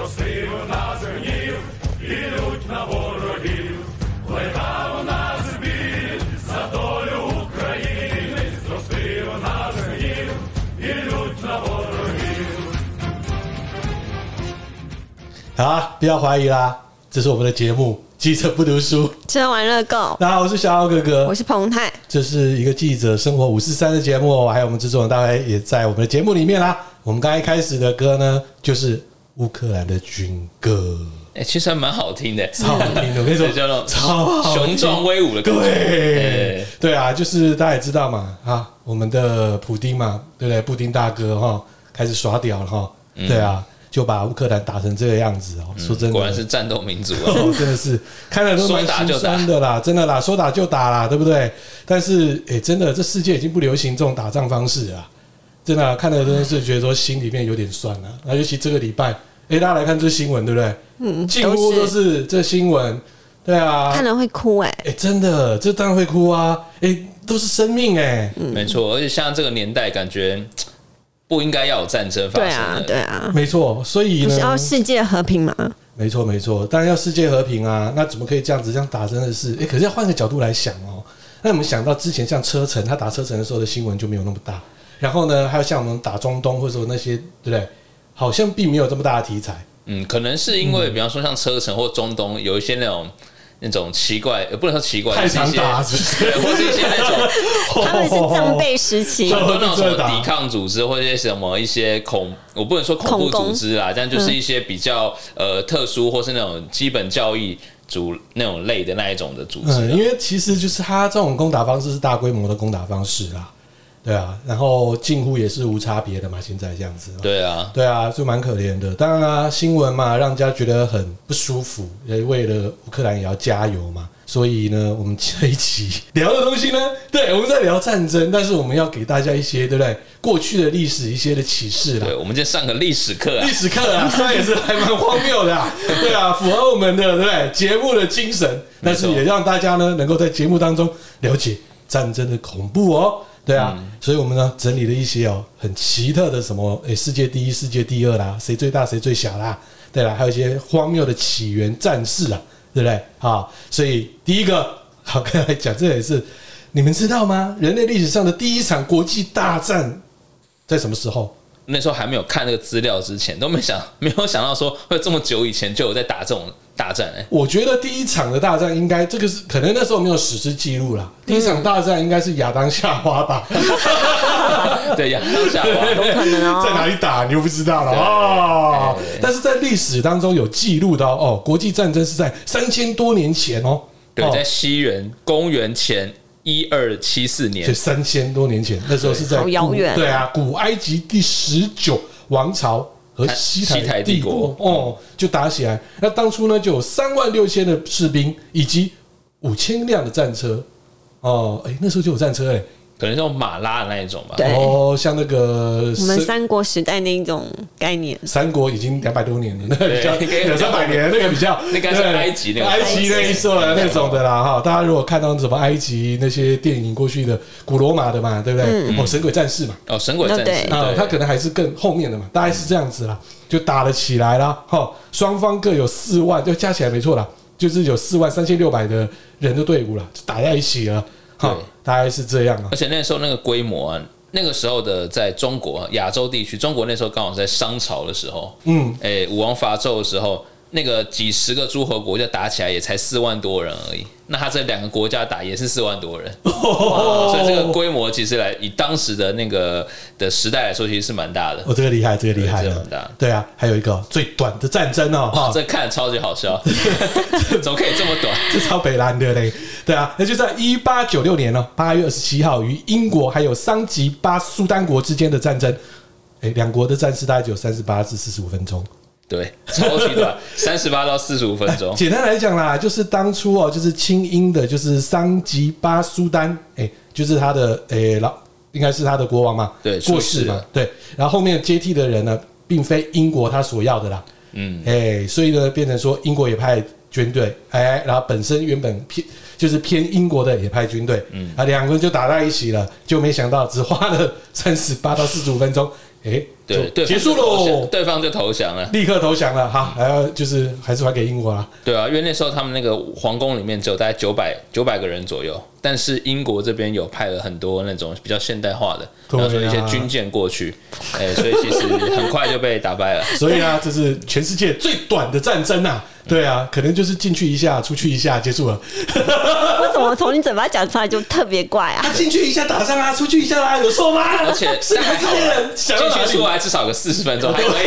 зростив на зернів, ідуть на ворогів, лега у нас біль за долю України, зростив на зернів, ідуть на ворогів。 好，不要怀疑啦，这是我们的节目《记者不读书》， 吃完乐购， 大家好，我是小奥哥哥， 我是彭泰， 这是一个记者生活543的节目，还有我们制作人大概也在我们的节目里面啦。我们刚才开始的歌呢，就是乌克兰的军歌。 其实还蛮好听的， 超好听的，我跟你说， 叫那种超好听雄壮威武的感觉。 对啊，就是大家也知道嘛，啊，我们的普丁嘛，对不对？布丁大哥哈，开始耍屌了哈，对啊，就把乌克兰打成这个样子哦。说真的， 果然是战斗民族啊， 真的是看了都蛮心酸的啦，真的啦，说打就打啦，对不对？但是真的，这世界已经不流行这种打仗方式了，真的看了真的是觉得说心里面有点酸了。那尤其这个礼拜，大家来看这新闻，对不对？近乎都是这新闻，对啊， 看了会哭真的，这当然会哭啊，都是生命没错，而且像这个年代，感觉不应该要有战争发生的， 对啊， 没错，所以呢， 不是要世界和平吗？ 没错，没错，当然要世界和平啊，那怎么可以这样子这样打？真的是，可是要换个角度来想哦，那我们想到之前像车臣，他打车臣的时候的新闻就没有那么大，然后呢，还有像我们打中东或者说那些，对不对？好像并没有这么大的题材。 可能是因为比方说像车臣或中东有一些那种奇怪，不能说奇怪， 太常打， 对，或是一些那种他们是藏备时期， 很多那种什么抵抗组织或者什么一些我不能说恐怖组织啦，但就是一些比较特殊或是那种基本教义那种类的那一种的组织。 因为其实就是他这种攻打方式是大规模的攻打方式啦。对啊，然后近乎也是无差别的嘛，现在这样子。 对啊， 对啊，就蛮可怜的。当然啊，新闻嘛，让人家觉得很不舒服。为了乌克兰也要加油嘛。所以呢，我们这一期聊的东西呢，对，我们在聊战争，但是我们要给大家一些，对不对？过去的历史一些的启示啦。 对，我们今天上个历史课啊， 历史课啊，那也是还蛮荒谬的啊。对啊，符合我们的对不对节目的精神，但是也让大家呢能够在节目当中了解战争的恐怖哦。对啊，所以我们呢整理了一些很奇特的什么世界第一、世界第二啦，谁最大谁最小啦，对啦，还有一些荒谬的起源战事啊，对不对？好，所以第一个好跟大家讲，这也是你们知道吗？人类历史上的第一场国际大战在什么时候？ 那时候还没有看那个资料之前，都没有想到说会这么久以前就有在打这种大战。 我觉得第一场的大战应该这个是可能那时候没有史诗记录啦。第一场大战应该是亚当夏娃吧？ 对，亚当夏娃有可能哦。 在哪里打你又不知道了哦。但是在历史当中有记录到国际战争是在3000多年前哦。 对，在西元公元前1274年， 就3000多年前，那时候是在好遥远。 对啊，古埃及第19王朝和西台帝国就打起来。那当初呢，就有36000的士兵以及5000辆的战车那时候就有战车可能是用马拉的那一种吧。 对像那个我们三国时代那一种概念， 三国已经200多年了，那个比较200-300年，那个比较那个是埃及那个埃及那一说的那种的啦哈。大家如果看到什么埃及那些电影过去的古罗马的嘛，对不对？神鬼战士嘛， 神鬼战士他可能还是更后面的嘛，大概是这样子啦，就打了起来啦。双方各有4万，就加起来没错啦，就是有43600的人的队伍啦，就打在一起了。大概是这样啊。 而且那时候那个规模啊，那个时候的在中国亚洲地区，中国那时候刚好在商朝的时候，武王伐纣的时候，那个几十个诸侯国家打起来也才4万多人而已。那他这2个国家打也是4万多人，所以这个规模其实以当时的那个的时代来说，其实是蛮大的。 这个厉害，这个厉害了。对啊，还有一个最短的战争这看得超级好笑，怎么可以这么短？ 这超北蓝的嘞。对啊，那就在1896年8月27号，于英国还有桑吉巴苏丹国之间的战争。两国的战事大概只有38至45分钟。 对，超级短，38到45分钟。 简单来讲啦，就是当初就是亲英的，就是桑吉巴苏丹，就是他的应该是他的国王嘛， 对， 过世嘛，对。然后后面接替的人呢，并非英国他所要的啦，所以呢，变成说英国也派军队，然后本身原本偏英国的也派军队，2个人就打在一起了，就没想到只花了38到45分钟， 对， 就结束喽， 对方就投降了， 立刻投降了。好，还要就是还是还给英国啦。 对啊，因为那时候他们那个皇宫里面只有大概900个人左右，但是英国这边有派了很多那种比较现代化的，然后说一些军舰过去，所以其实很快就被打败了。 所以啊，这是全世界最短的战争啊！对啊，可能就是进去一下，出去一下，结束了。 为什么从你嘴巴讲出来就特别怪啊？ 他进去一下打仗啊，出去一下啦，有错吗？ 而且是你们这些人想要进去出来至少个40分钟，还可以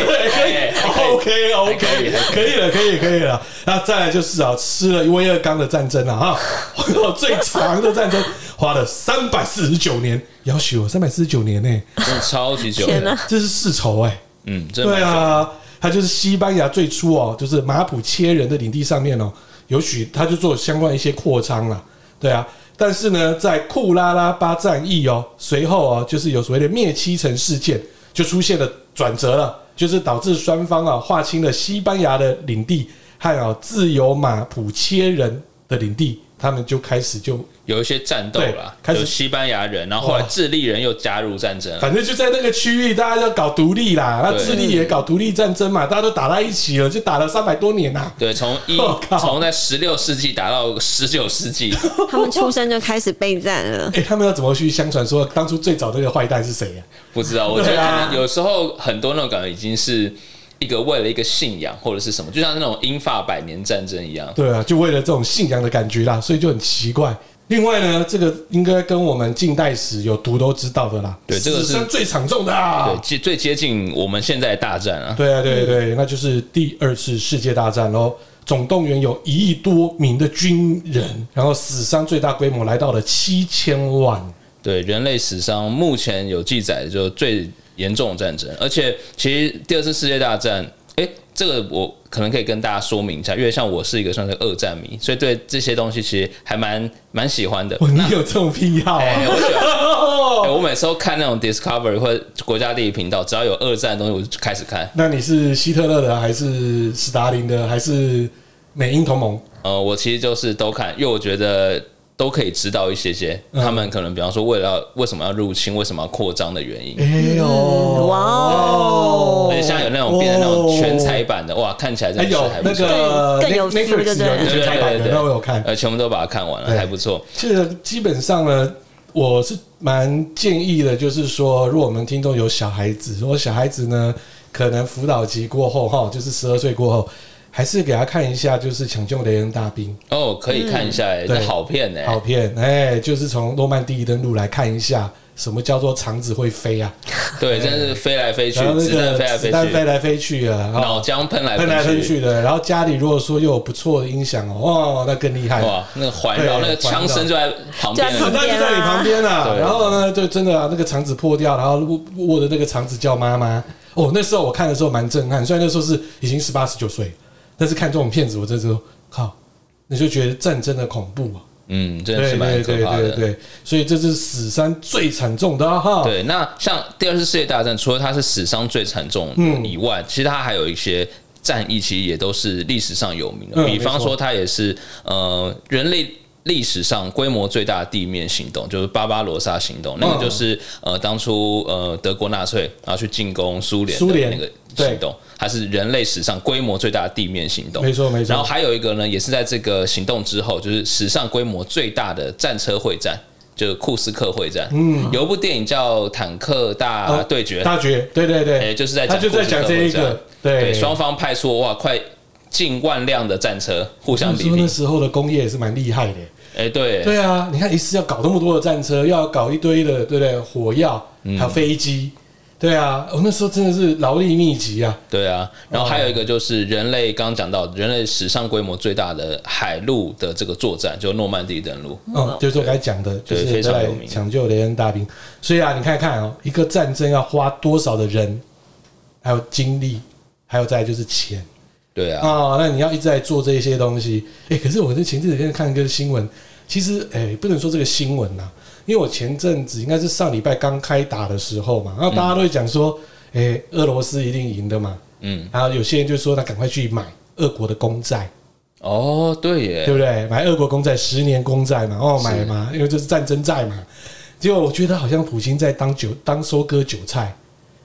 可以了。那再来就是啊，吃了威尔刚的战争啊，最长的战争花了349年，要求349年呢， 真的超级久， 天哪， 这是世仇哎。 对啊。它就是西班牙最初哦，就是马普切人的领地上面哦，他就做相关一些扩张啦，对啊。但是呢，在库拉拉巴战役哦，随后啊，就是有所谓的灭七城事件，就出现了转折了，就是导致双方啊划清了西班牙的领地和自由马普切人的领地，他们就开始就有一些战斗啦，开始西班牙人，然后后来智利人又加入战争， 反正就在那个区域，大家要搞独立啦。那智利也搞独立战争嘛，大家都打在一起了，就打了300多年呐。 对，从在16世纪打到19世纪， 他们出生就开始备战了。 他们要怎么去相传说当初最早那个坏蛋是谁呀？ 不知道，我觉得可能有时候很多那种感觉已经是一个为了一个信仰或者是什么，就像那种英法100年战争一样。 对啊，就为了这种信仰的感觉啦，所以就很奇怪。另外呢，这个应该跟我们近代史有读都知道的啦。 对，这个是最惨重的啊， 对，最接近我们现在的大战啊。 对啊，对，那就是第2次世界大战喽。总动员有1亿多名的军人，然后死伤最大规模来到了7000万。 对，人类史上目前有记载的就最严重的战争，而且其实第2次世界大战，这个我可能可以跟大家说明一下，因为像我是一个算是二战迷，所以对这些东西其实还蛮喜欢的。 你有这种癖好啊？ 我每次都看那种 Discovery 或者国家地理频道，只要有二战的东西，我就开始看。 那你是希特勒的，还是斯大林的，还是美英同盟？ 我其实就是都看，因为我觉得都可以知道一些他们可能比方说为什么要入侵，为什么要扩张的原因。 哇哦！ 而且像有那种变成那种全彩版的，哇，看起来真的是还不错。 更有 feel， 对全彩版的，那我有看， 全部都把它看完了，还不错。 这基本上呢，我是蛮建议的，就是说，如果我们听众有小孩子，如果小孩子呢，可能辅导期过后哈，就是12岁过后。还是给他看一下，就是《抢救雷恩大兵》 可以看一下，这好片好片，就是从诺曼底登陆来看一下，什么叫做肠子会飞啊？ 对，真是飞来飞去，子弹飞来飞去啊， 脑浆喷来喷去的。然后家里如果说又有不错的音响哦，那更厉害哇！那个环绕，那个枪声就在旁边， 子弹就在你旁边啊。然后呢，就真的那个肠子破掉，然后握着那个肠子叫妈妈。那时候我看的时候蛮震撼，虽然那时候是已经18、19岁。但是看这种片子，我真的说靠，你就觉得战争的恐怖啊！ 真的是蛮可怕的。 对，所以这是史上最惨重的哈。 对，那像第2次世界大战，除了它是史上最惨重以外，其实它还有一些战役，其实也都是历史上有名的。比方说，它也是人类历史上规模最大的地面行动，就是巴巴罗萨行动。那个就是当初德国纳粹然后去进攻苏联的那个行动。它是人类史上规模最大的地面行动， 没错。 然后还有一个呢，也是在这个行动之后，就是史上规模最大的战车会战，就是库斯克会战。有一部电影叫《坦克大对决》，对，就是在讲库斯克会战。对，双方派出快近万辆的战车互相比拼。 那时候的工业也是蛮厉害的。 对啊，你看一次要搞那么多的战车，要搞一堆的，对不对？火药还有飞机。对啊，那时候真的是劳力密集啊。 对啊，然后还有一个就是人类刚刚讲到人类史上规模最大的海陆的这个作战，就是诺曼底登陆。 就是我刚才讲的，就是在抢救雷恩大兵。所以啊，你看看一个战争要花多少的人，还有精力，还有再来就是钱。 对啊， 那你要一直在做这些东西。可是我在前阵子看一个新闻，其实不能说这个新闻啊。因为我前阵子应该是上礼拜刚开打的时候嘛，然后大家都会讲说，俄罗斯一定赢的嘛，然后有些人就说他赶快去买俄国的公债， 对耶， 对不对？买俄国公债10年公债嘛，买嘛，因为这是战争债嘛。结果我觉得好像普京在当收割韭菜，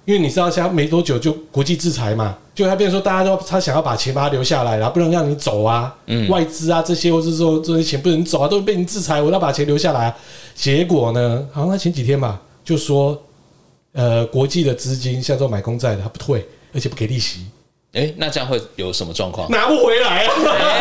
因为你知道，现在没多久就国际制裁嘛，就他变成说大家都他想要把钱把它留下来，然后不能让你走啊，外资啊这些，或者说这些钱不能走啊，都被你制裁，我要把钱留下来啊。结果呢，好像前几天吧，就说国际的资金像这种买公债的，他不退，而且不给利息。 那这样会有什么状况？ 拿不回来啊！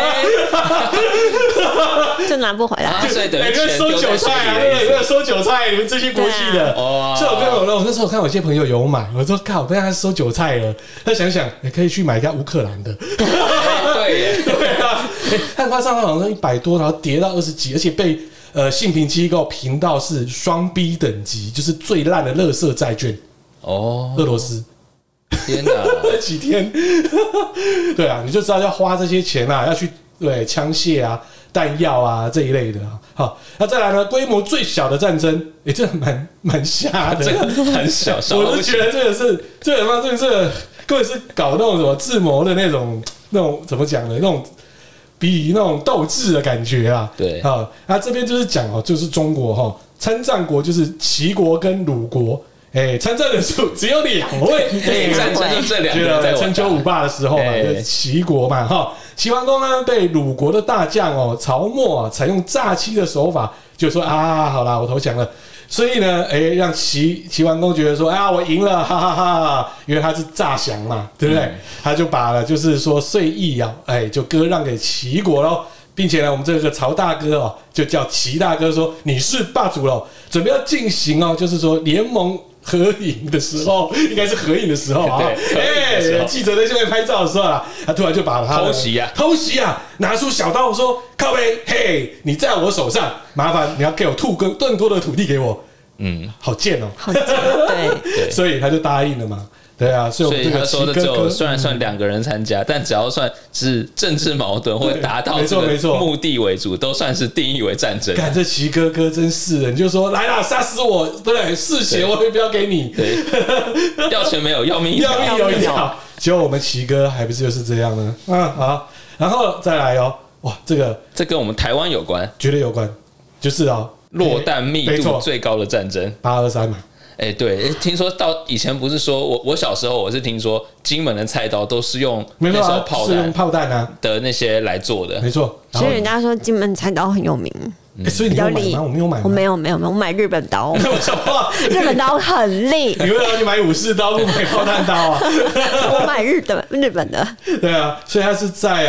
就拿不回来， 所以等于钱收韭菜啊，对，收韭菜，你们这些国际的。所以我那时候看我一些朋友有买，我说靠，被他收韭菜了。他想想，也可以去买一下乌克兰的。 对耶， 对啊，汉花上好像100多，然后跌到20几，而且被信评机构评到是双 B 等级，就是最烂的垃圾债券。俄罗斯。 天哪！ 那几天，对啊，你就知道要花这些钱啊，要去对枪械啊、弹药啊这一类的啊。好，那再来呢，规模最小的战争，这蛮瞎的， 这个很小， 我是觉得这个根本是搞那种什么智谋的那种怎么讲呢？那种比那种斗智的感觉啊。 对， 好，那这边就是讲哦，就是中国哈，参战国就是齐国跟鲁国。参战人数只有2位， 战争就这2个。 春秋五霸的时候嘛，就是齐国嘛，哈，齐桓公呢被鲁国的大将曹沫采用诈欺的手法，就说啊，好啦，我投降了。所以呢，让齐桓公觉得说，我赢了，哈哈哈，因为他是诈降嘛，对不对？他就把了就是说遂邑啊，就割让给齐国喽。并且呢，我们这个曹大哥就叫齐大哥说，你是霸主了，准备要进行就是说联盟合影的时候，应该是合影的时候啊。记者在下面拍照的时候啊，他突然就把他偷袭啊，拿出小刀说：“靠北，嘿，你在我手上，麻烦你要给我更多的土地给我。”好贱哦， 好贱，对， 所以他就答应了嘛。对啊，所以我们这个他说的只有虽然算2个人参加，但只要算是政治矛盾或者达到这个目的为主，都算是定义为战争。 看这齐哥哥真是的，你就说来啦，杀死我，对不对？嗜血我也不要给你， 对，要钱没有，要命有一条。结果我们齐哥还不是就是这样呢？好，然后再来哇，这跟我们台湾有关， 绝对有关，就是落弹密度最高的战争 823嘛。 对，听说到以前不是说我小时候我是听说金门的菜刀都是用那时候炮弹啊的那些来做的， 没错。 所以人家说金门菜刀很有名。 所以你有买吗？我没有买， 我没有，我买日本刀。日本刀很利。 你为什么要去买武士刀，不买炮弹刀啊？ 我买日本的。 对啊，所以他是在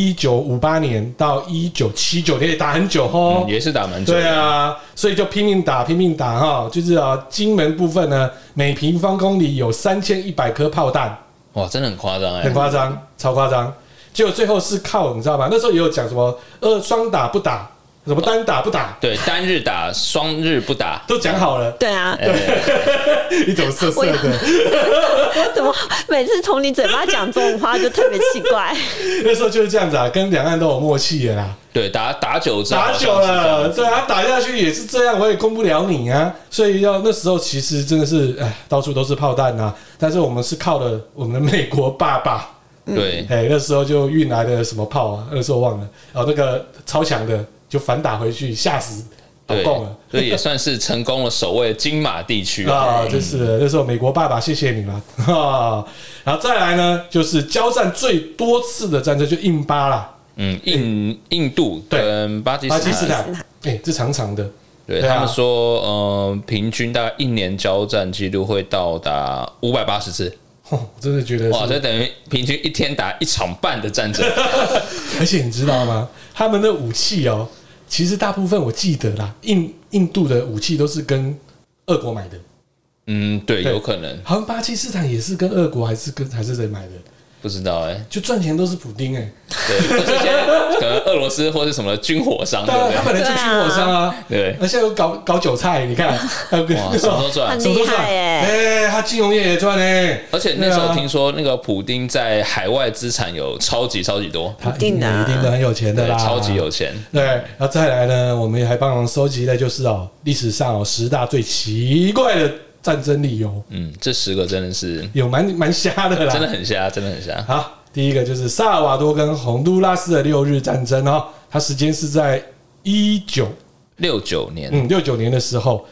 1958年到1979年也打很久哦， 也是打蛮久。 对啊，所以就拼命打哈，就是金门部分呢，每平方公里有3100颗炮弹。 哇，真的很夸张很夸张，超夸张。结果最后是靠你知道吗？那时候也有讲什么双打不打。什么单打不打？ 对，单日打，双日不打， 都讲好了。 对啊， 你怎么色色的？ 怎么每次从你嘴巴讲这种话就特别奇怪？ 那时候就是这样子啊，跟两岸都有默契的啦。 对，打久了，对啊，打下去也是这样，我也攻不了你啊。所以那时候其实真的是，到处都是炮弹啊。但是我们是靠了我们的美国爸爸。 对， 那时候就运来的什么炮啊？那时候忘了，那个超强的。就反打回去，吓死老共了， 所以也算是成功了守卫金马地区啊！真是的，那时候美国爸爸，谢谢你了啊！然后再来呢，就是交战最多次的战争就印巴啦， 印度跟巴基斯坦， 这长长的， 对他们说，平均大概1年交战记录会到达580次。 我真的觉得哇，这等于平均1天打1场半的战争。 而且你知道吗？他们的武器其实大部分我记得啦，印度的武器都是跟俄国买的。 对，有可能。 好像巴基斯坦也是跟俄国还是谁买的？不知道就赚钱都是普丁对，这些可能俄罗斯或是什么军火商，对不对？ 他本来就军火商啊， 对。 而且又搞韭菜，你看， 哇，什么都赚， 很厉害耶！ 他金融业也赚呢。 而且那时候听说，那个普丁在海外资产有超级多， 他一定的很有钱的啦， 超级有钱。 对，然后再来呢，我们还帮忙收集的就是历史上10大最奇怪的战争理由。 这10个真的是有蛮瞎的啦， 真的很瞎。 好，第一个就是萨尔瓦多跟洪都拉斯的6日战争它时间是在1969年，69年的时候，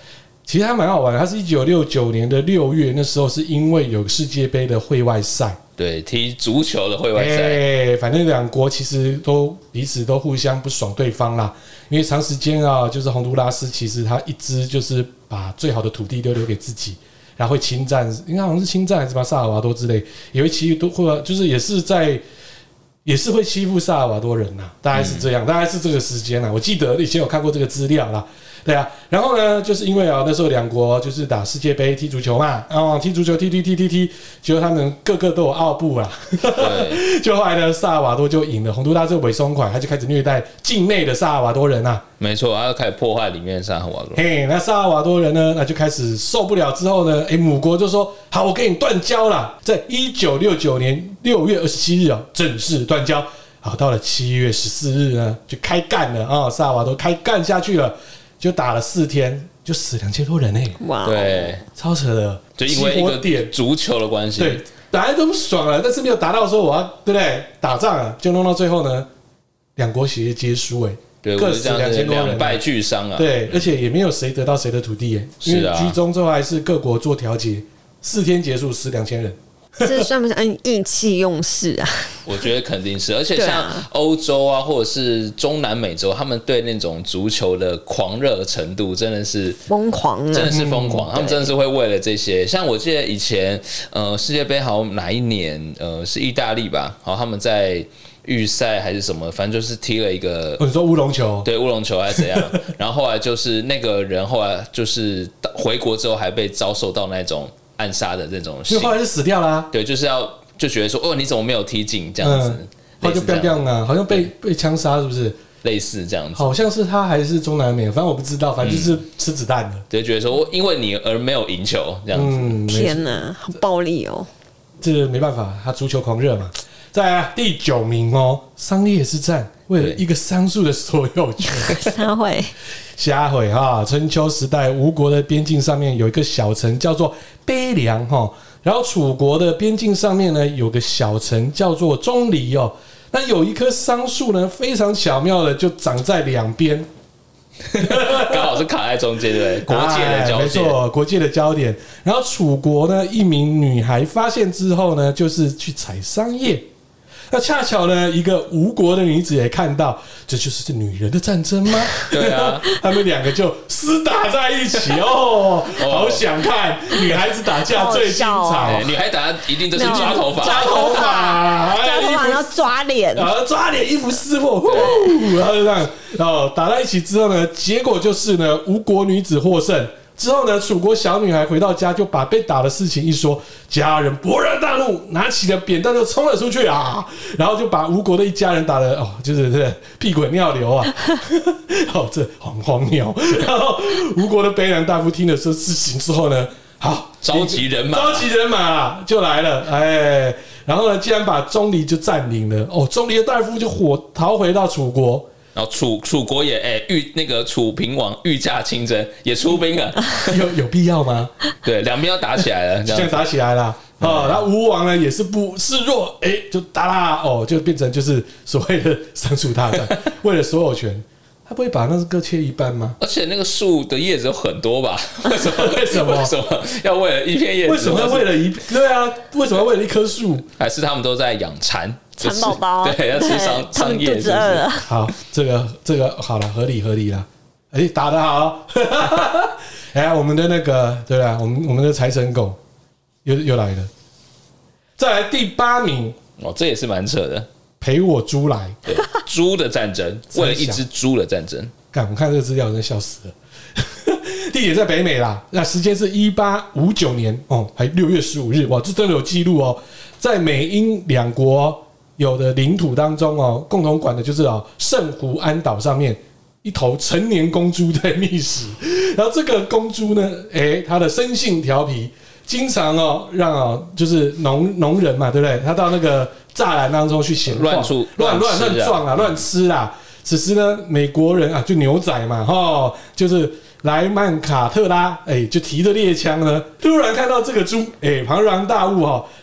其实还蛮好玩的，它是1969年的6月，那时候是因为有世界杯的会外赛， 对，踢足球的会外赛， 反正两国其实都彼此都互相不爽对方啦，因为长时间啊，就是洪都拉斯其实他一直就是把最好的土地都留给自己，然后会侵占，应该好像是侵占还是把萨尔瓦多之类，也会欺负，或就是也是会欺负萨尔瓦多人呐，大概是这样，大概是这个时间啦。我记得以前有看过这个资料啦。对啊，然后呢，就是因为那时候两国就是打世界杯踢足球嘛，踢足球踢，结果他们个个都有奥布啦，就后来呢，萨尔瓦多就赢了，洪都拉斯尾松款，他就开始虐待境内的萨尔瓦多人啊， 没错，他就开始破坏里面的萨尔瓦多。 那萨尔瓦多人呢，那就开始受不了之后呢，母国就说好，我跟你断交啦，在1969年6月27日正式断交。好，到了7月14日呢，就开干了啊，萨尔瓦多开干下去了。就打了4天，就死2000多人哇， 对， 超扯的， 就因为一个足球的关系， 对，本来都不爽了，但是没有达到说我要对不对打仗啊，就弄到最后呢，两国协议皆输对， 各死2000多人， 两败俱伤啊， 对，而且也没有谁得到谁的土地因为居中之后还是各国做调解，4天结束死2000人。 这算不算意气用事啊？ 我觉得肯定是，而且像欧洲啊，或者是中南美洲，他们对那种足球的狂热程度真的是疯狂， 真的是疯狂。他们真的是会为了这些，像我记得以前世界杯好像哪一年是意大利吧，好他们在预赛还是什么，反正就是踢了一个， 你说乌龙球， 对，乌龙球还是怎样，然后后来就是那个人后来就是回国之后还被遭受到那种暗杀的这种， 因为后来就死掉啦。 对，就觉得说，你怎么没有踢进这样子？ 后来就变啊，好像被枪杀，是不是？ 类似这样子， 好像是他还是中南美，反正我不知道，反正就是吃子弹的。 就觉得说，因为你而没有赢球这样子。 天哪，好暴力哦！ 这个没办法，他足球狂热嘛。再来第9名商业之战，为了一个桑树的所有权。瞎毁哈！春秋时代，吴国的边境上面有一个小城叫做卑凉哈，然后楚国的边境上面呢有个小城叫做钟离哦。那有一棵桑树呢，非常巧妙的就长在两边， 刚好是卡在中间，对不对？国界的交点， 没错，国界的焦点。然后楚国呢，一名女孩发现之后呢，就是去采桑叶。那恰巧呢，一个吴国的女子也看到，这就是女人的战争吗？ 对啊， 他们两个就厮打在一起哦，好想看女孩子打架最精彩。 女孩打一定就是抓头发， 抓头发，然后抓脸， 抓脸，衣服撕破，然后就这样，然后打在一起之后呢，结果就是呢，吴国女子获胜。之后呢，楚国小女孩回到家，就把被打的事情一说，家人勃然大怒，拿起了扁担就冲了出去啊，然后就把吴国的一家人打得就是屁滚尿流啊，这很荒谬。然后吴国的卑凉大夫听了这事情之后呢，好召集人马就来了，然后呢，竟然把钟离就占领了，钟离的大夫就逃回到楚国。 然后楚国也那个楚平王御驾亲征，也出兵了， 有必要吗？ 对，两边要打起来了， 这样打起来了。然后吴王呢也是不示弱，就打啦，就变成就是所谓的桑树大战，为了所有权。他不会把那个切一半吗？ 而且那个树的叶子有很多吧？为什么要为了一片叶子？ 为什么要为了对啊？为什么要为了一棵树？ 还是他们都在养蚕宝宝？ 对，要吃桑叶，是不是？ 好，这个好了，合理啦。打得好！我们的那个对啊，我们的财神狗又来了。再来第8名， 这也是蛮扯的。 陪我猪来， 对，猪的战争，为了一只猪的战争。 我看这个资料，真笑死了。地点在北美啦，那时间是1859年还6月15日，哇，这真的有记录在美英两国有的领土当中共同管的就是圣胡安岛上面一头成年公猪在觅食，然后这个公猪呢，它的生性调皮，经常让就是农人嘛，对不对？他到那个栅栏当中去闲晃，乱撞啊，乱吃啦。此时呢，美国人就牛仔嘛，就是莱曼卡特拉，就提着猎枪呢，突然看到这个猪，庞然大物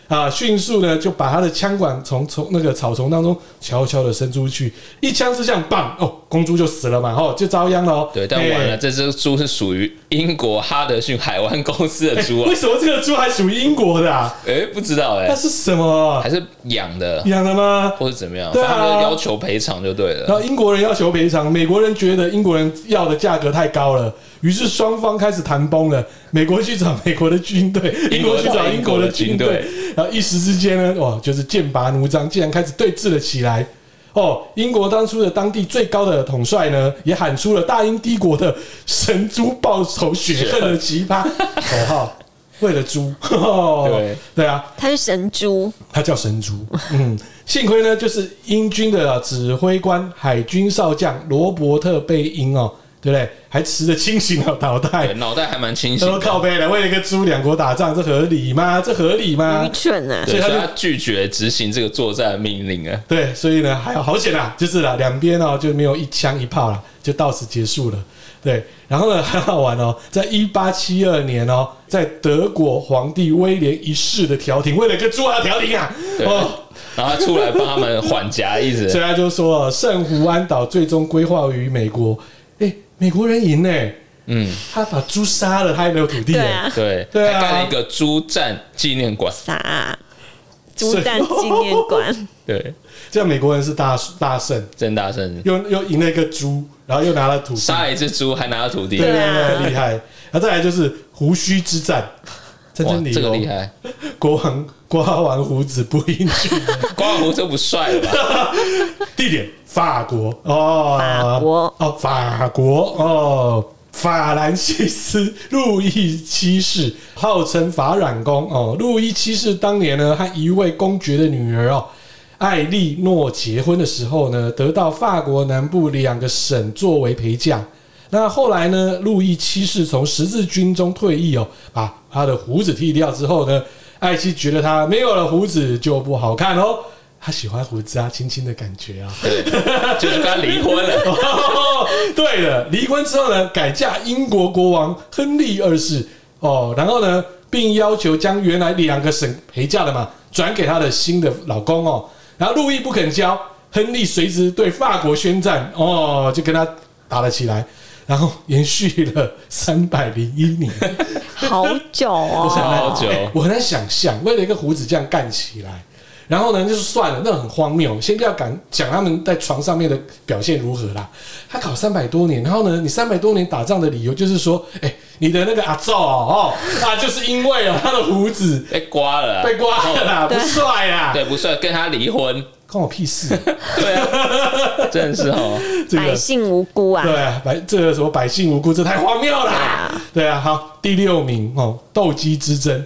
迅速呢就把他的枪管从那个草丛当中悄悄的伸出去，一枪之下，棒哦，公猪就死了嘛，就遭殃了哦。 对，但完了，这只猪是属于英国哈德逊海湾公司的猪啊。 为什么这个猪还属于英国的啊？ 不知道它是什么？ 还是养的？ 养的吗？ 或者怎么样？ 对啊， 他们就要求赔偿就对了。 然后英国人要求赔偿，美国人觉得英国人要的价格太高了，于是双方开始谈崩了。美国去找美国的军队，英国去找英国的军队，然后一时之间呢，就是剑拔弩张，竟然开始对峙了起来。英国当初的当地最高的统帅呢，也喊出了大英帝国的神猪报仇雪恨的奇葩口号。为了猪，对啊， 他是神猪， 他叫神猪。幸亏呢，就是英军的指挥官海军少将罗伯特·贝因对不对？还持着清醒的脑袋， 脑袋还蛮清醒的。 都靠背了，为了一个猪，两国打仗，这合理吗？这合理吗？ 愚蠢啊！ 所以他拒绝执行这个作战命令啊。 对，所以呢，还好险啦，就是啦，两边就没有一枪一炮啦，就到此结束了。对，然后呢，很好玩在1872年在德国皇帝威廉一世的调停，为了一个猪还要调停啊！ 然后他出来帮他们缓颊，一直， 所以他就说，圣胡安岛最终归化于美国。美国人赢呢，他把猪杀了，他还没有土地。 对，还盖了一个猪战纪念馆。 啥？猪战纪念馆？ 对， 这样美国人是大胜， 真大胜， 又赢了一个猪，然后又拿了土地， 杀了一只猪，还拿了土地， 对，厉害。然后再来就是胡须之战，战争理由， 这个厉害。 国王刮完胡子不应去， 刮完胡子不帅了吧？ 地点法国法兰西斯路易七世，号称法软公路易七世当年呢，和一位公爵的女儿艾莉诺结婚的时候呢，得到法国南部2个省作为陪嫁。那后来呢，路易七世从十字军中退役把他的胡子剃掉之后呢，艾希觉得他没有了胡子就不好看他喜欢胡子轻轻的感觉对，就是跟他离婚了。 对了，离婚之后呢，改嫁英国国王亨利2世然后呢，并要求将原来2个省陪嫁的嘛转给他的新的老公然后路易不肯交，亨利随之对法国宣战就跟他打了起来。然后延续了301年， 好久好久。 我很难想象，为了一个胡子这样干起来。然后呢，就是算了，那很荒谬。先不要讲他们在床上面的表现如何啦，他搞300多年，然后呢，你300多年打仗的理由就是说，你的那个阿祖就是因为他的胡子被刮了啦，不帅啦， 对，不帅，跟他离婚。 关我屁事！ 对啊，真的是百姓无辜啊！ 对啊，这个什么百姓无辜，这太荒谬了。对啊，好，第6名斗鸡之争，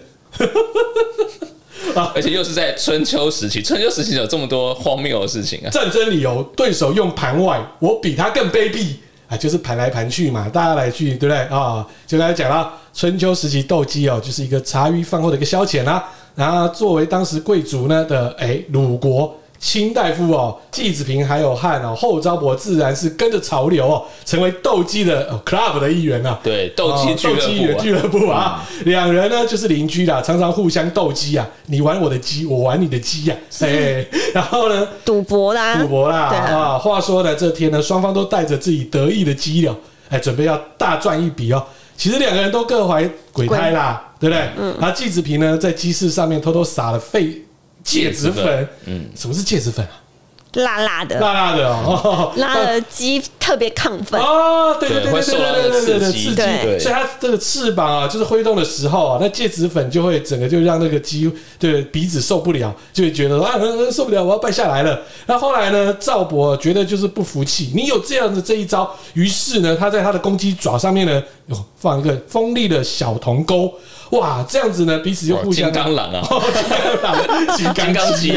而且又是在春秋时期。春秋时期有这么多荒谬的事情啊！ 战争理由，对手用盘外，我比他更卑鄙就是盘来盘去嘛，大家来去，对不对就刚才讲到春秋时期斗鸡就是一个茶余饭后的一个消遣啦。然后作为当时贵族呢的鲁国卿大夫季子平还有汉后昭伯自然是跟着潮流成为斗鸡的club 的一员对，斗鸡俱乐部两人呢就是邻居啦，常常互相斗鸡你玩我的鸡，我玩你的鸡然后呢赌博啦话说呢，这天呢双方都带着自己得意的鸡了，准备要大赚一笔其实两个人都各怀鬼胎啦，对不对？然后季子平呢在鸡翅上面偷偷撒了芥子粉，什么是芥子粉辣辣的辣的鸡特别亢奋对， 会受到那个刺激， 对， 所以它这个翅膀就是挥动的时候那芥子粉就会整个就让那个鸡鼻子受不了，就会觉得受不了，我要败下来了。那后来呢，赵伯觉得就是不服气，你有这样的这一招，于是呢，他在他的公鸡爪上面呢放一个锋利的小铜钩。哇，这样子呢，彼此就互相金刚狼金刚鸡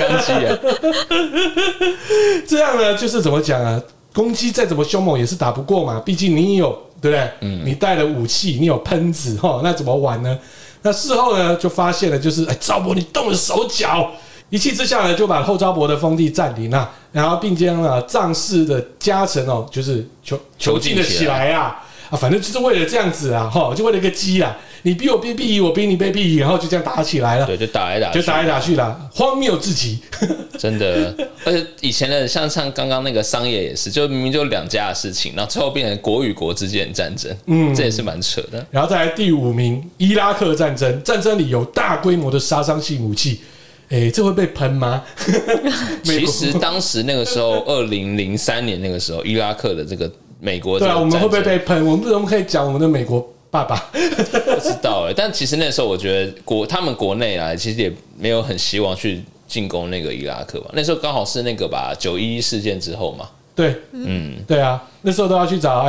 这样呢，就是怎么讲公鸡再怎么凶猛也是打不过嘛，毕竟你有对不对？你带了武器，你有喷子那怎么玩呢？那事后呢，就发现了，就是赵伯你动了手脚，一气之下呢，就把后赵伯的封地占领了，然后并将仗势的加成就是囚禁了起来反正就是为了这样子就为了一个鸡你逼我逼乙，我逼你被逼乙，然后就这样打起来了。 对，就打来打去了，荒谬至极。 真的，而且以前的像刚刚那个商业也是，就明明就两家的事情，然后最后变成国与国之间的战争，这也是蛮扯的。 然后再来第5名，伊拉克战争，战争里有大规模的杀伤性武器。这会被喷吗？ 其实当时那个时候，2003年那个时候，伊拉克的这个美国对啊，我们会不会被喷？我们可以讲我们的美国爸爸？ 不知道但其实那时候我觉得他们国内啊，其实也没有很希望去进攻那个伊拉克吧。那时候刚好是那个吧911事件之后嘛。 对，对啊，那时候都要去找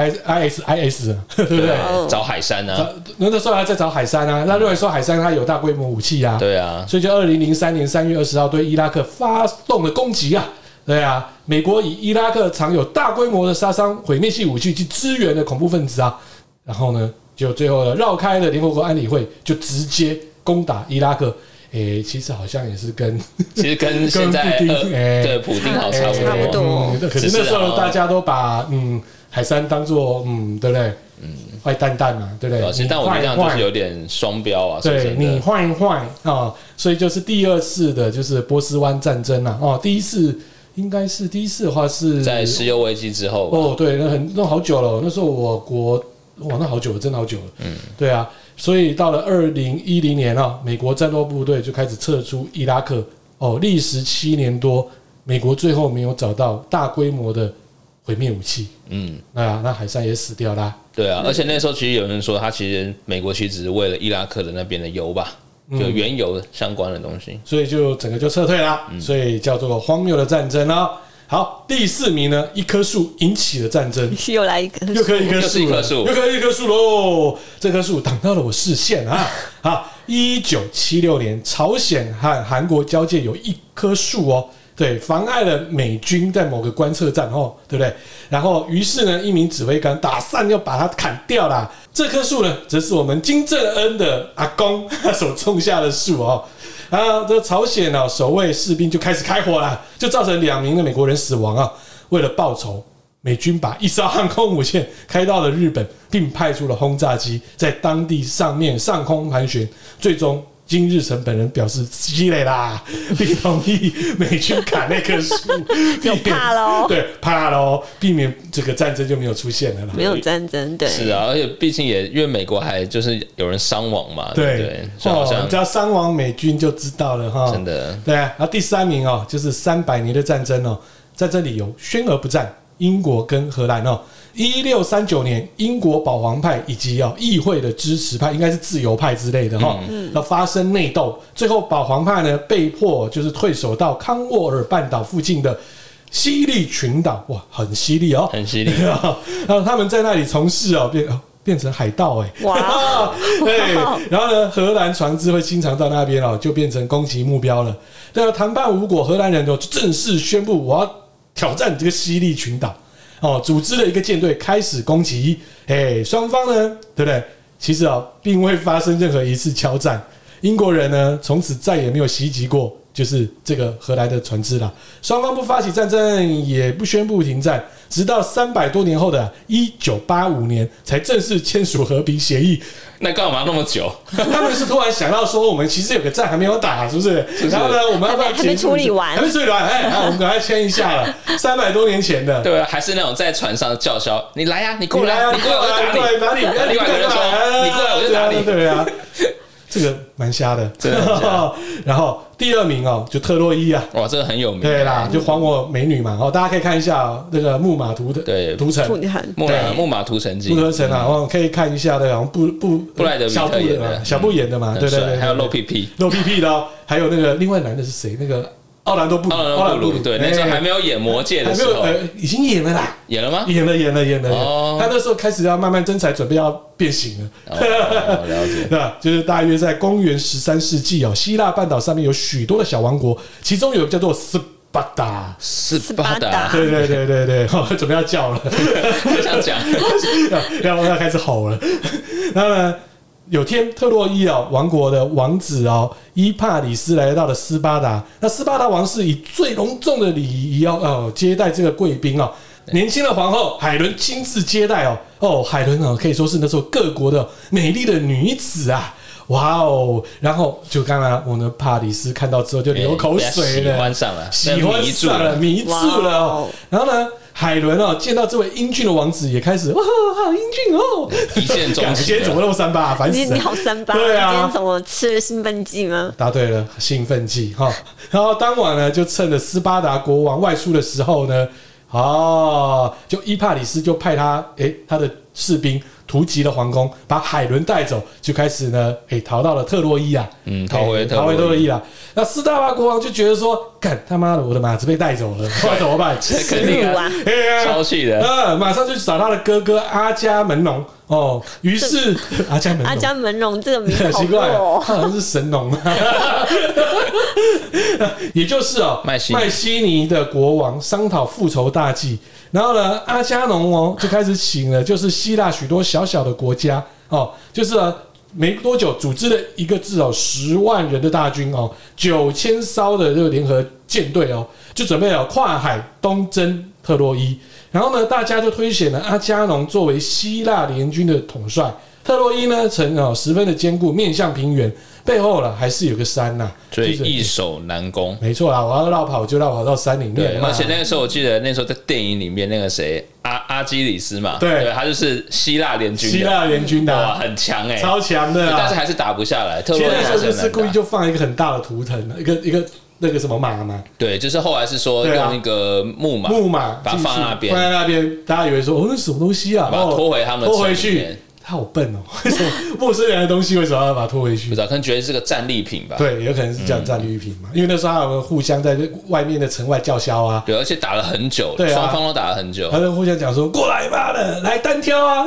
IS， 对不对？ 找海山啊， 那时候还在找海山啊。那认为说海山它有大规模武器啊， 对啊， 所以就2003年3月20号对伊拉克发动了攻击啊。对啊，美国以伊拉克藏有大规模的杀伤毁灭性武器去支援了恐怖分子啊，然后呢，就最后呢绕开了联合国安理会，就直接攻打伊拉克。其实好像也是跟现在对普丁好差不多。 可是那时候大家都把海山当作对不对？坏蛋蛋嘛，对不对？ 其实但我觉得这样就是有点双标啊。 对，你换一换啊，所以就是第2次的就是波斯湾战争啊。第一次的话是在石油危机之后。 哦，对，那好久了。那时候我国那好久了，真的好久了。对啊。所以到了2010年美国战斗部队就开始撤出伊拉克。历时7年多，美国最后没有找到大规模的毁灭武器。那海山也死掉啦。 对啊，而且那时候其实有人说，美国其实只是为了伊拉克的那边的油吧，就原油相关的东西， 所以就整个就撤退啦。所以叫做荒谬的战争啦。好，第4名呢，一棵树引起了战争， 又来一棵树， 又可以一棵树喽！这棵树挡到了我视线啊！好，1976年，朝鲜和韩国交界有一棵树对，妨碍了美军在某个观测站对不对？然后，于是呢，一名指挥官打算要把它砍掉啦。这棵树呢，则是我们金正恩的阿公他所种下的树然后这朝鲜守卫士兵就开始开火了，就造成2名的美国人死亡为了报仇，美军把一艘航空母舰开到了日本，并派出了轰炸机在当地上空盘旋，最终金日成本人表示积累啦，并同意美军砍那棵树， 就怕咯， 对，怕咯，避免这个战争就没有出现了啦。 没有战争，对， 是啊，而且毕竟也因为美国还就是有人伤亡嘛，对不对？所以好像只要伤亡美军就知道了真的。 对啊，然后第3名就是300年的战争战争理由宣而不战，英国跟荷兰1639年，英国保皇派以及议会的支持派，应该是自由派之类的发生内斗，最后保皇派呢被迫就是退守到康沃尔半岛附近的西利群岛。哇，很犀利很犀利。 然后他们在那里从事变成海盗哇！ 对，然后呢，荷兰船只会经常到那边就变成攻击目标了。对啊，谈判无果，荷兰人就正式宣布我要挑战这个西利群岛。组织了一个舰队开始攻击。双方呢，对不对？其实并未发生任何一次交战。英国人呢，从此再也没有袭击过就是这个荷兰的船只啦。双方不发起战争，也不宣布停战，直到300多年后的1985年才正式签署和平协议。 那干嘛那么久？ 他们是突然想到说，我们其实有个仗还没有打，是不是？然后呢，我们要不要还没处理完？ 还没处理完，我们赶快签一下了。300多年前的， 对，还是那种在船上叫嚣：“你来呀，你过来， 你过来，我就打你。” 另外一个人说：“你过来，我就打你。” 对啊。这个蛮瞎的， 真的很瞎。 然后第2名就特洛伊啊， 哇，这个很有名。 对啦，就还我美女嘛。大家可以看一下那个木马屠城， 木马屠城记， 屠城啊，可以看一下的，好像布莱德比特演的，小布演的嘛，对， 还有露屁屁的，还有那个另外男的是谁？那个奥兰多布鲁， 对，那时候还没有演魔戒的时候， 已经演了啦， 演了吗？ 演了。他那时候开始要慢慢征才，准备要变形了。 了解， 对吧？就是大约在公元13世纪希腊半岛上面有许多的小王国，其中有一个叫做斯巴达，对，准备要叫了， 不想讲， 要开始吼了。然后呢？有天，特洛伊王国的王子伊帕里斯来到了斯巴达。那斯巴达王室以最隆重的礼仪接待这个贵宾年轻的皇后海伦亲自接待海伦可以说是那时候各国的美丽的女子啊。哇哦！然后就刚刚我们帕里斯看到之后就流口水了， 喜欢上了， 迷住了。然后呢，海伦见到这位英俊的王子也开始哇，好英俊哦， 一见钟情。 今天怎么那么三八？烦死了！ 你好三八， 对啊， 今天怎么吃了兴奋剂吗？ 答对了，兴奋剂哈。然后当晚呢，就趁着斯巴达国王外出的时候呢，就伊帕里斯就派他的士兵突击了皇宫，把海伦带走，就开始呢，逃到了特洛伊啊， 逃回特洛伊啦。那斯巴达国王就觉得说，干他妈的，我的马子被带走了，后来怎么办？ 肯定啊，超气的， 马上就去找他的哥哥阿伽门农于是阿伽门农这个名字好奇怪，他好像是神农也就是麦西尼的国王商讨复仇大计。然后呢，阿伽农就开始请了，就是希腊许多小小的国家就是没多久组织了一个至少10万人的大军9000艘的这个联合舰队就准备跨海东征特洛伊。然后呢，大家就推选了阿伽农作为希腊联军的统帅。特洛伊呢，城十分的坚固，面向平原，背后还是有个山呐， 所以易守难攻。 没错啦，我要绕跑就绕跑到山里面。 对，而且那个时候我记得那时候在电影里面那个谁阿基里斯嘛，对，他就是希腊联军的，哇，很强超强的， 但是还是打不下来。特洛伊那时候就是故意就放一个很大的图腾，一个那个什么马嘛， 对，就是后来是说用一个木马把它放在那边，大家以为说那是什么东西啊， 把它拖回他们的城里面。 他好笨为什么陌生人的东西为什么要把它拖回去？ 不知道，可能觉得是个战利品吧。 对，有可能是这样战利品嘛，因为那时候他们互相在外面的城外叫嚣啊。 对，而且打了很久，双方都打了很久。 他就互相讲说：“过来吧了，来单挑啊！”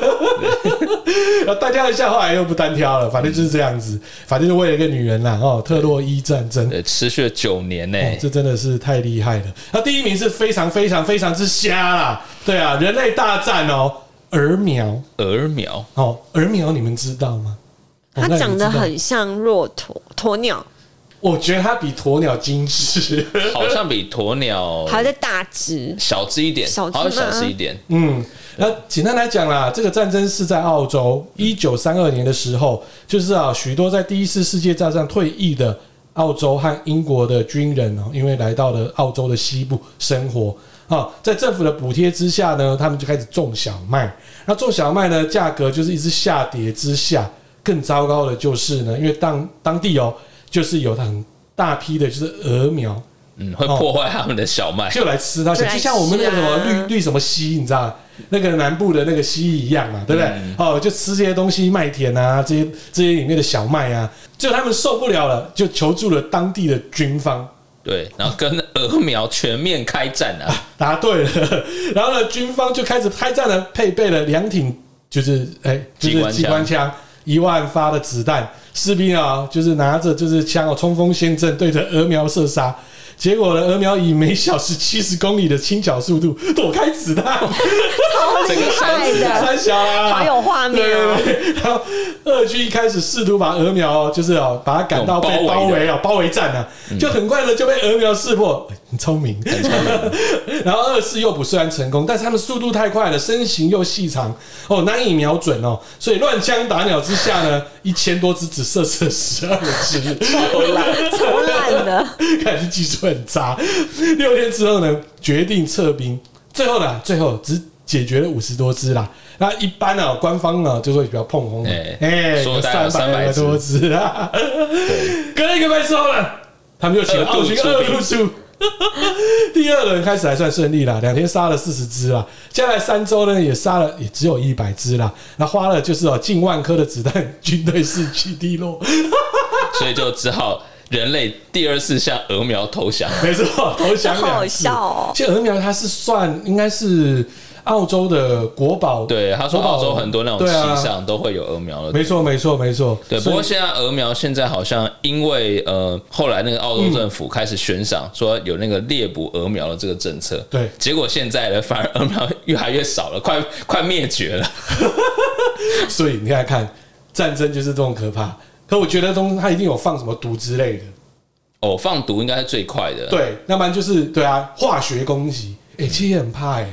大家一下后来又不单挑了，反正就是这样子，反正就为了一个女人啦特洛伊战争， 对，持续了9年呢， 这真的是太厉害了。那第一名是非常非常非常之瞎啦，对啊，人类大战鹅苗，你们知道吗？ 它长得很像鸵鸟， 我觉得它比鸵鸟精致， 好像比鸵鸟还要再大只、 小只一点，好像小只一点。 那简单来讲啦，这个战争是在澳洲1932年的时候，就是许多在第一次世界大战退役的澳洲和英国的军人因为来到了澳洲的西部生活。在政府的补贴之下呢，他们就开始种小麦。那种小麦呢，价格就是一直下跌之下，更糟糕的就是呢，因为当地就是有很大批的就是鹅苗， 会破坏他们的小麦， 就来吃它，就像我们那个什么绿什么蜥，你知道那个南部的那个蜥蜴一样嘛，对不对？就吃这些东西，麦田啊，这些里面的小麦啊，就他们受不了了，就求助了当地的军方。 对，然后跟鹅苗全面开战啊！ 答对了，然后呢，军方就开始开战了，配备了2挺，就是机关枪，1万发的子弹，士兵就是拿着就是枪冲锋陷阵，对着鹅苗射杀。结果呢，鹅苗以每小时70公里的轻巧速度躲开子弹， 超厉害的， 三小好有画面哦。 然后俄军一开始试图把鹅苗就是把它赶到被包围战啊，就很快的就被鹅苗识破，很聪明，很聪明。然后2次诱捕虽然成功，但是他们速度太快了，身形又细长难以瞄准所以乱枪打鸟之下呢，1000多只只射了12只， 超烂的， 看是技术很差。6天之后呢，决定撤兵。最后只解决了50多只啦。那一般官方就会比较碰红， 说大概有300 多只啊。隔了1个半之后呢，他们又请了澳军2路出。第2轮开始还算顺利啦，2天杀了40只啦，接下来3周呢也杀了也只有100只啦，那花了就是近1万颗的子弹，军队士气低落，所以就只好人类第2次向鹅苗投降。 没错，投降2次。 好笑其实鹅苗它是算应该是澳洲的国宝， 对，他说澳洲很多那种旗上都会有鹅苗的， 没错。 对，不过现在鹅苗现在好像因为后来那个澳洲政府开始悬赏说有那个猎捕鹅苗的这个政策， 对， 结果现在呢反而鹅苗越来越少了，快灭绝了。 所以你看战争就是这种可怕。可我觉得它一定有放什么毒之类的。 放毒应该是最快的。 对，要不然就是对啊，化学攻击。其实也很怕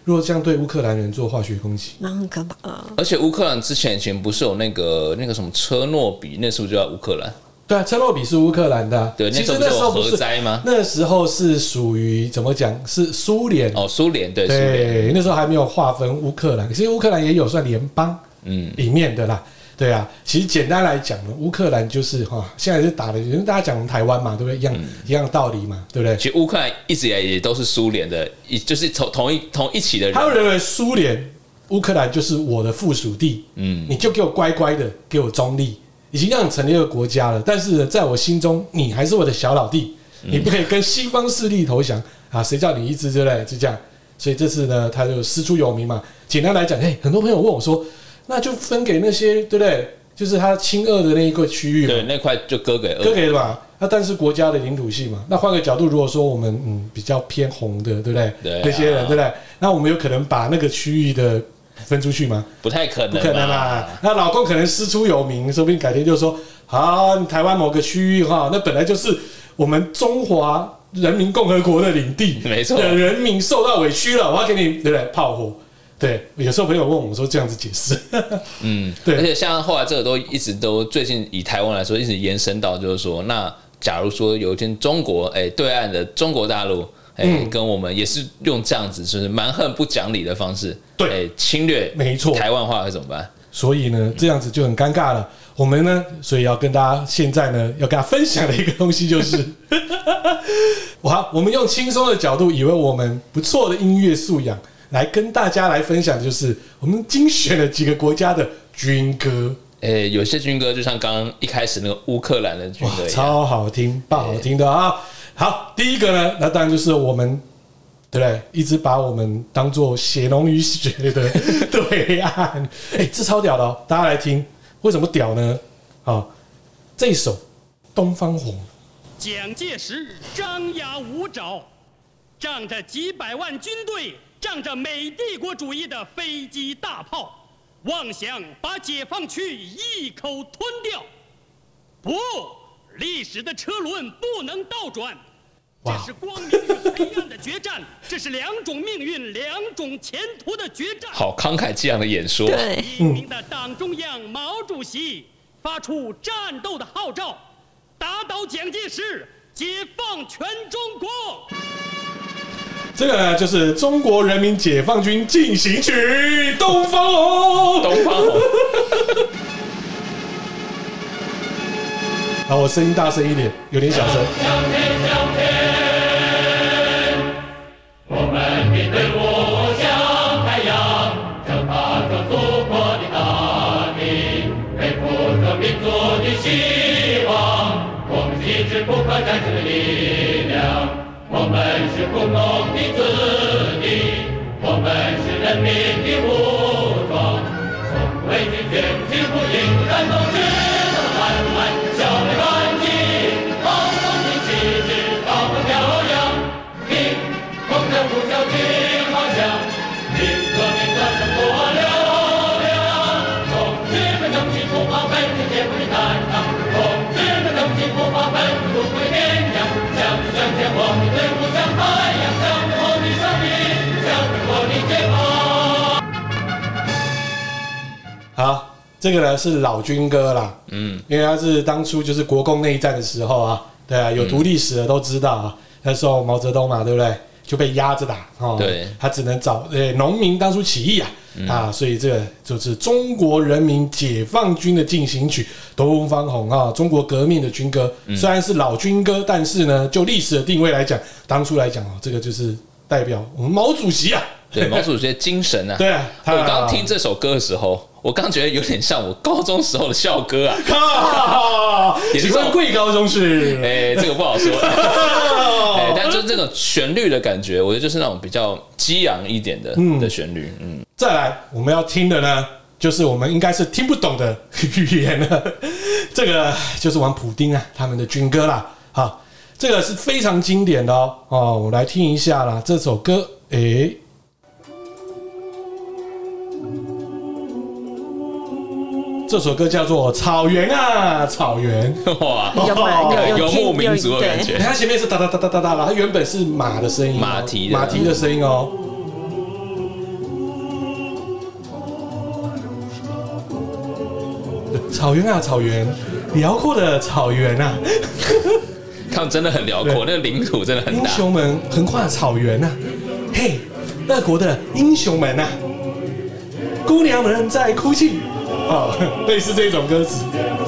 如果这样对乌克兰人做化学攻击， 那很可怕啊！ 而且乌克兰以前不是有那个什么车诺比，那是不是就在乌克兰？ 对啊，车诺比是乌克兰的、啊。 对， 其实那时候不是核灾吗？ 那时候是属于怎么讲？是苏联哦，苏联对， 对，那时候还没有划分乌克兰，其实乌克兰也有算联邦里面的啦。对啊，其实简单来讲呢，乌克兰就是现在是打的，因为大家讲台湾嘛，对不对？一样道理嘛，对不对？ 其实乌克兰一直以来也都是苏联的，就是同一起的人。 他们认为苏联、乌克兰就是我的附属地，你就给我乖乖的，给我中立。已经让你成立一个国家了，但是呢，在我心中，你还是我的小老弟，你不可以跟西方势力投降啊！谁叫你一支，对不对？就这样，所以这次呢，他就师出有名嘛。简单来讲，很多朋友问我说，那就分给那些，对不对？就是他亲俄的那一块区域嘛， 对，那块就割给了嘛。那但是国家的领土性嘛，那换个角度，如果说我们比较偏红的，对不对？ 对， 那些人，对不对？那我们有可能把那个区域的分出去吗？ 不太可能， 不可能嘛。那老公可能师出有名，说不定改天就说：好，台湾某个区域那本来就是我们中华人民共和国的领地， 没错， 人民受到委屈了，我要给你对不对炮火。对，有时候朋友问我说这样子解释， 对，而且像后来这个都一直都最近以台湾来说，一直延伸到就是说，那假如说有一天中国对岸的中国大陆。跟我们也是用这样子，就是蛮横不讲理的方式，对，侵略，没错，台湾话会怎么办？ 所以呢，这样子就很尴尬了。我们呢，所以要跟大家现在呢，要跟大家分享的一个东西就是，我们用轻松的角度，以为我们不错的音乐素养，来跟大家来分享，就是我们精选了几个国家的军歌。 有些军歌就像刚刚一开始那个乌克兰的军歌一样， 超好听，爆好听的啊！好，第一个呢，那当然就是我们，对不对？一直把我们当作血浓于血的对岸，这超屌的哦！大家来听，为什么屌呢？这一首《东方红》， 蒋介石张牙舞爪，仗着几百万军队，仗着美帝国主义的飞机大炮，妄想把解放区一口吞掉。不，历史的车轮不能倒转。这是光明与黑暗的决战，这是两种命运、两种前途的决战。 好慷慨激昂的演说。 对， 英明的党中央毛主席发出战斗的号召，打倒蒋介石，解放全中国。 这个呢，就是中国人民解放军进行曲《东方红》。 东方红。 好，我声音大声一点，有点小声。 向天，向天，我们的队伍像太阳，脚踏着祖国的大地，背负着民族的希望。我们是一支不可战胜的力量，我们是工农的子弟，我们是人民的武装，从未拒绝，几乎迎战斗志。 好，这个呢是老军歌啦，因为它是当初就是国共内战的时候啊，对啊，有读历史的都知道啊，那时候毛泽东嘛，对不对？就被压着打对， 他只能找农民当初起义啊，所以这个就是中国人民解放军的进行曲《东方红》啊，中国革命的军歌，虽然是老军歌，但是呢，就历史的定位来讲，当初来讲这个就是代表我们毛主席啊。 对，毛主席的精神啊！ 对啊， 我刚刚听这首歌的时候，我刚觉得有点像我高中时候的校歌啊。 请问贵高中是？ 这个不好说。但就是这种旋律的感觉，我觉得就是那种比较激昂一点的旋律。 再来，我们要听的呢，就是我们应该是听不懂的语言了。这个就是玩普丁啊他们的军歌啦。好，这个是非常经典的哦。我来听一下啦，这首歌，这首歌叫做《草原啊草原》， 哇，游牧民族的感觉。 它前面是哒哒哒哒哒哒，它原本是马的声音， 马蹄的声音哦。 草原啊，草原，辽阔的草原啊， 他们真的很辽阔，那个领土真的很大。 英雄们横跨草原啊，嘿，俄国的英雄们啊，姑娘们在哭泣，哦，类似这种歌词。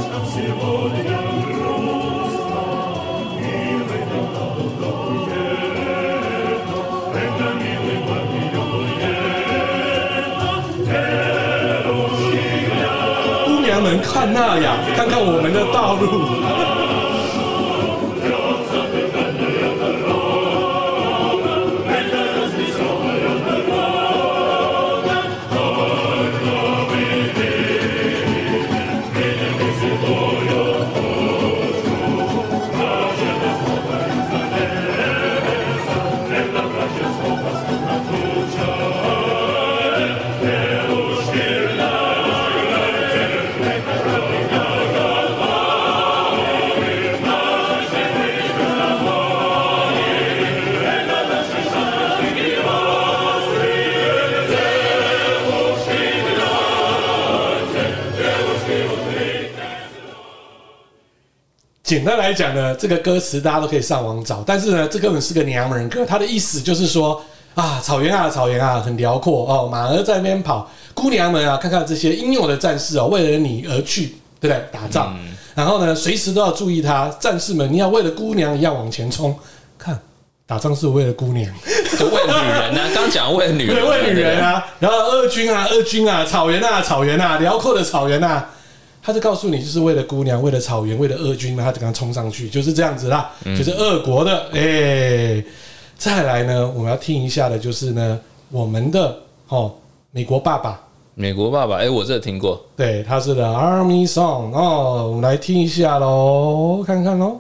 姑娘们看那呀，看看我们的道路。简单来讲呢，这个歌词大家都可以上网找，但是呢，这根本是个娘们歌，它的意思就是说啊，草原啊，草原啊，很辽阔哦，马儿在那边跑，姑娘们啊，看看这些英勇的战士哦，为了你而去，对不对？打仗，然后呢，随时都要注意他，战士们，你要为了姑娘一样往前冲，看。打仗是为了姑娘， 就为了女人啊！刚讲为了女人， 对，为了女人啊。然后俄军啊，草原啊，草原啊，辽阔的草原啊，他就告诉你，就是为了姑娘，为了草原，为了俄军，他就刚冲上去，就是这样子啦，就是俄国的。再来呢，我们要听一下的就是呢，我们的美国爸爸， 美国爸爸，我这听过， 对，他是的 Army Song 哦，我们来听一下喽，看看喽。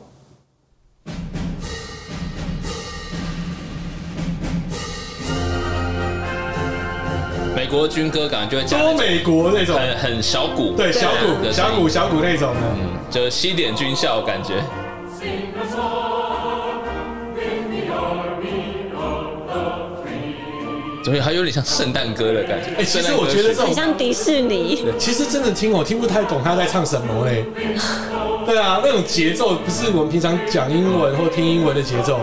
美国军歌感觉就会讲多美国那种很小鼓， 对，小鼓那种的， 就是西点军校感觉。怎么还有点像圣诞歌的感觉？ 其实我觉得这种很像迪士尼。 其实真的我听不太懂他在唱什么嘞。对啊，那种节奏不是我们平常讲英文或听英文的节奏。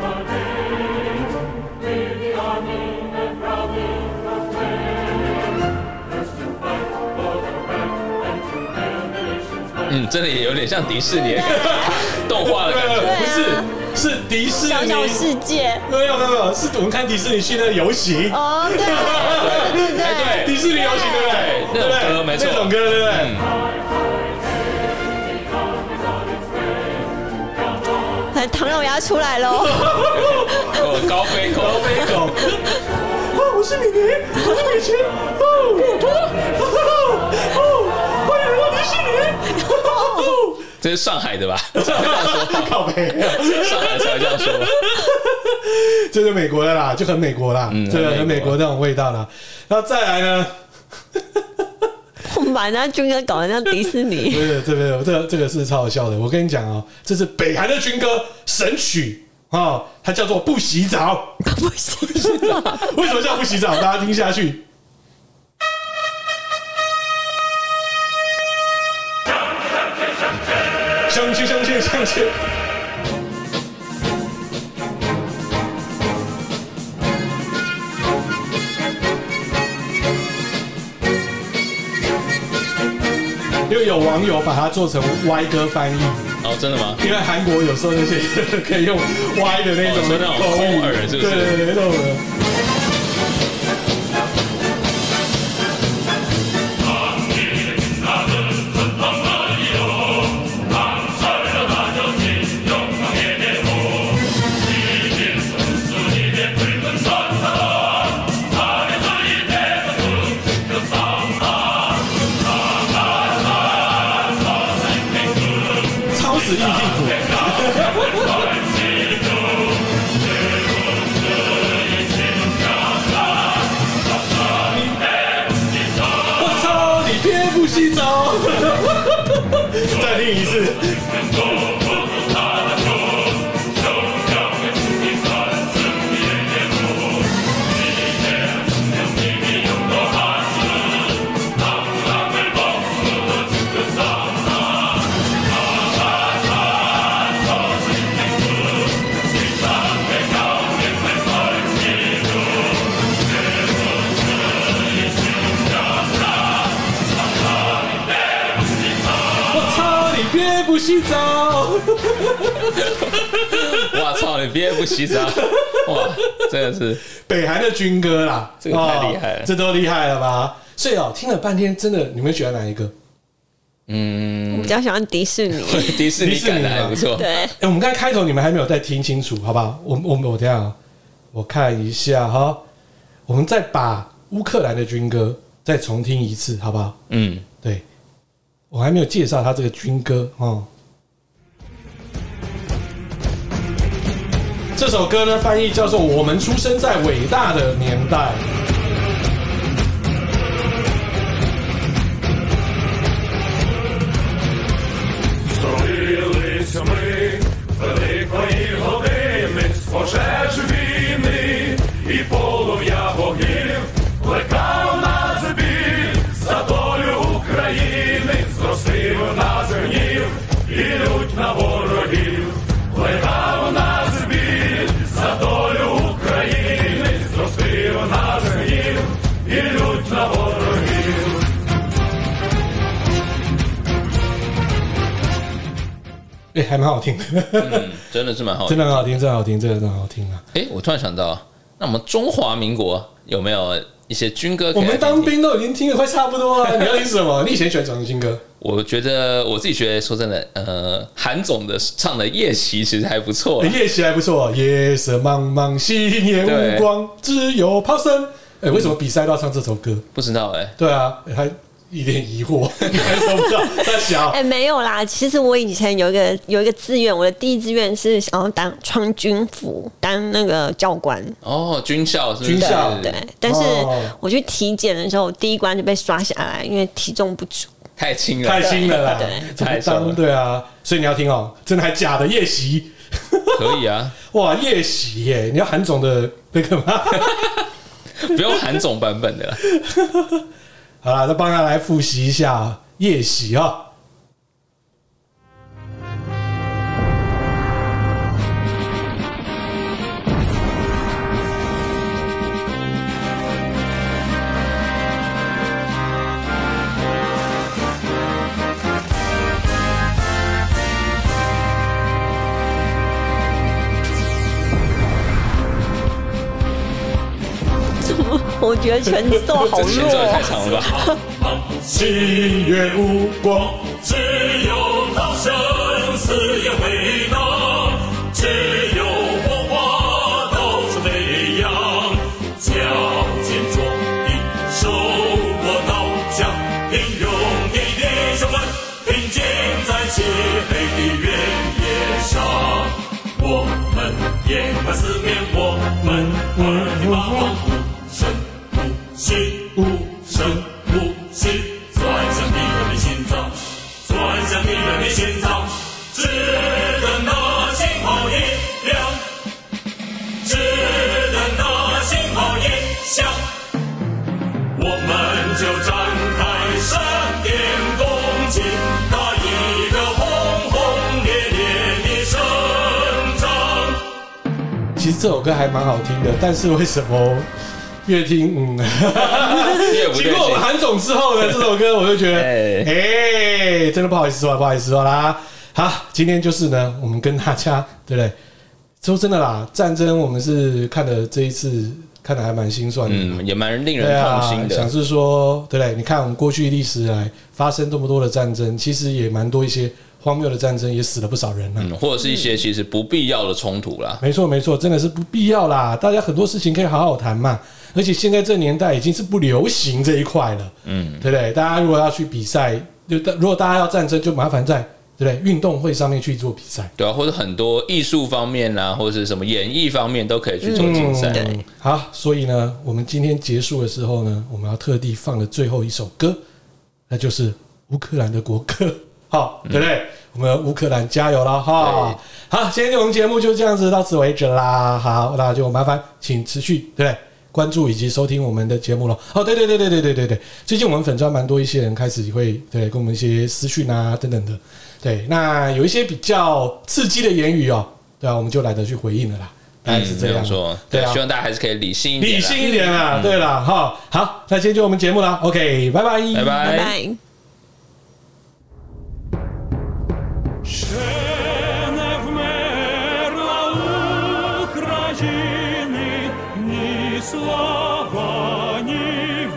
真的也有点像迪士尼动画的感觉， 不是，是迪士尼小小世界。 没有，是我们看迪士尼去那个游行。 哦，对， 迪士尼游行对不对？ 那种歌没错， 那种歌对不对？唐老鸭出来喽！ 高飞狗， 我是米妮，我是米奇，欢迎来到迪士尼。 这是上海的吧？ 靠北， 上海才会这样说。 这是美国的啦，就很美国啦，这个很美国那种味道啦。然后再来呢， 我们把人家军歌搞得像迪士尼。 这个是超好笑的。我跟你讲哦，这是北韩的军歌神曲哦，它叫做《不洗澡》。 不洗澡， 为什么叫不洗澡？大家听下去。向前。因为有网友把它做成歪歌翻译。 哦，真的吗？ 因为韩国有时候那些可以用歪的那种， 那种空耳，是不是？ 对，那种的。硬屁股，我操！你别不洗澡！再听一次。 洗澡。 哇操！你毕业不洗澡，哇，真的是北韩的军歌啦， 这个太厉害了， 这都厉害了吧？所以听了半天，真的，你们喜欢哪一个？ 我比较喜欢迪士尼。 迪士尼感的还不错。 对， 我们刚才开头你们还没有再听清楚，好不好？我等一下我看一下哈，我们再把乌克兰的军歌再重听一次，好不好？对，我还没有介绍他这个军歌哦。这首歌呢，翻译叫做《我们出生在伟大的年代》。 Зробилися ми великої години з пожеж війни і полум'я вогнів плекав нас біль за долю України, зростив нас гнів і лють на ворогів. Плекав нас біль за долю України, зростив нас гнів і лють на ворогів. 还蛮好听的， 真的是蛮好听， 真的很好听，真的好听，真的很好听啊！ 我突然想到，那我们中华民国有没有一些军歌可以来听听？ 我们当兵都已经听得快差不多了，你要听什么？你以前喜欢什么军歌？ 我觉得我自己觉得，说真的，韩总的唱的《夜袭》其实还不错， 夜袭还不错，夜色茫茫，熄灭无光，只有炮声。为什么比赛都要唱这首歌？ 不知道对啊，还一脸疑惑，你还说不知道在小？ 没有啦。其实我以前有一个志愿，我的第一志愿是想要穿军服，当那个教官。 哦，军校是不是？ 军校对。但是我去体检的时候，第一关就被刷下来，因为体重不足。 太轻了， 太轻了啦！ 对， 太当对啊，所以你要听哦，真的还假的夜袭？ 可以啊！ 哇，夜袭耶！你要韩总的那个吗？ 不用韩总版本的啦。 好啦，再帮他来复习一下夜袭啊。 我觉得前奏好弱， 前奏也太长了吧！ 七月无光， 只有涛声四野回荡，只有火花到处飞扬。矫健壮的手握刀枪，英勇的英雄们并肩在漆黑的原野上。我们眼观四面，我们耳听八方，深呼吸，深呼吸。钻向敌人的心脏，钻向敌人的心脏，只等那信号一亮，只等那信号一响，我们就展开闪电攻击，打一个轰轰烈烈的胜仗。 其实这首歌还蛮好听的，但是为什么越听经过我们韩总之后呢，这首歌我就觉得真的不好意思说啦。好，今天就是呢，我们跟大家对不对？说真的啦，战争我们是看的这一次看的还蛮心酸的， 也蛮令人痛心的。 想是说，对不对？你看我们过去历史来发生这么多的战争，其实也蛮多一些荒谬的战争，也死了不少人了， 或者是一些其实不必要的冲突啦。 没错，真的是不必要啦。大家很多事情可以好好谈嘛。而且现在这年代已经是不流行这一块了，对不对？大家如果要去比赛，如果大家要战争，就麻烦在对不对运动会上面去做比赛， 对啊，或者很多艺术方面啦，或者是什么演艺方面都可以去做竞赛。 对， 好，所以呢，我们今天结束的时候呢，我们要特地放了最后一首歌，那就是乌克兰的国歌，好，对不对？我们乌克兰加油了哈！好，今天我们节目就这样子到此为止啦。好，那就麻烦请持续对不对？关注以及收听我们的节目了。哦，对，最近我们粉专蛮多一些人开始会对跟我们一些私讯啊等等的，对，那有一些比较刺激的言语哦，对啊，我们就懒得去回应了啦。大概是这样说，对，希望大家还是可以理性一点， 理性一点啊，对啦，哈，好，那今天就我们节目啦 ，OK， 拜拜， 拜拜。 Ще не вмерла України ні слава, ні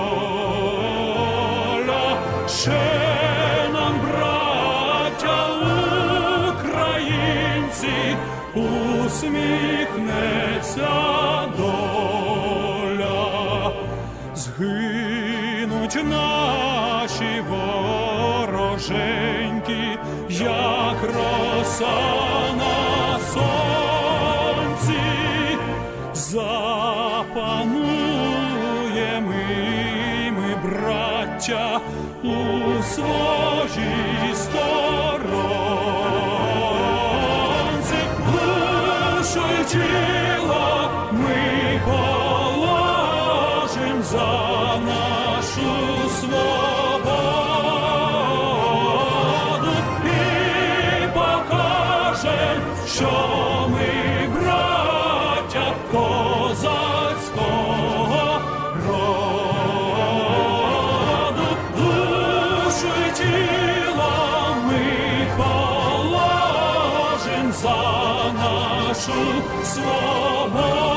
воля. Ще нам, браття українці, усміхнеться доля. Згинуть наші вороженьки, як роса на сонці. Запануємо ми, браття, у своїй сторонці. Душу й тіло ми положим за нашу свободу і покажем, що ми браття козацького роду. Душу й тіло ми положим за нашу свободу.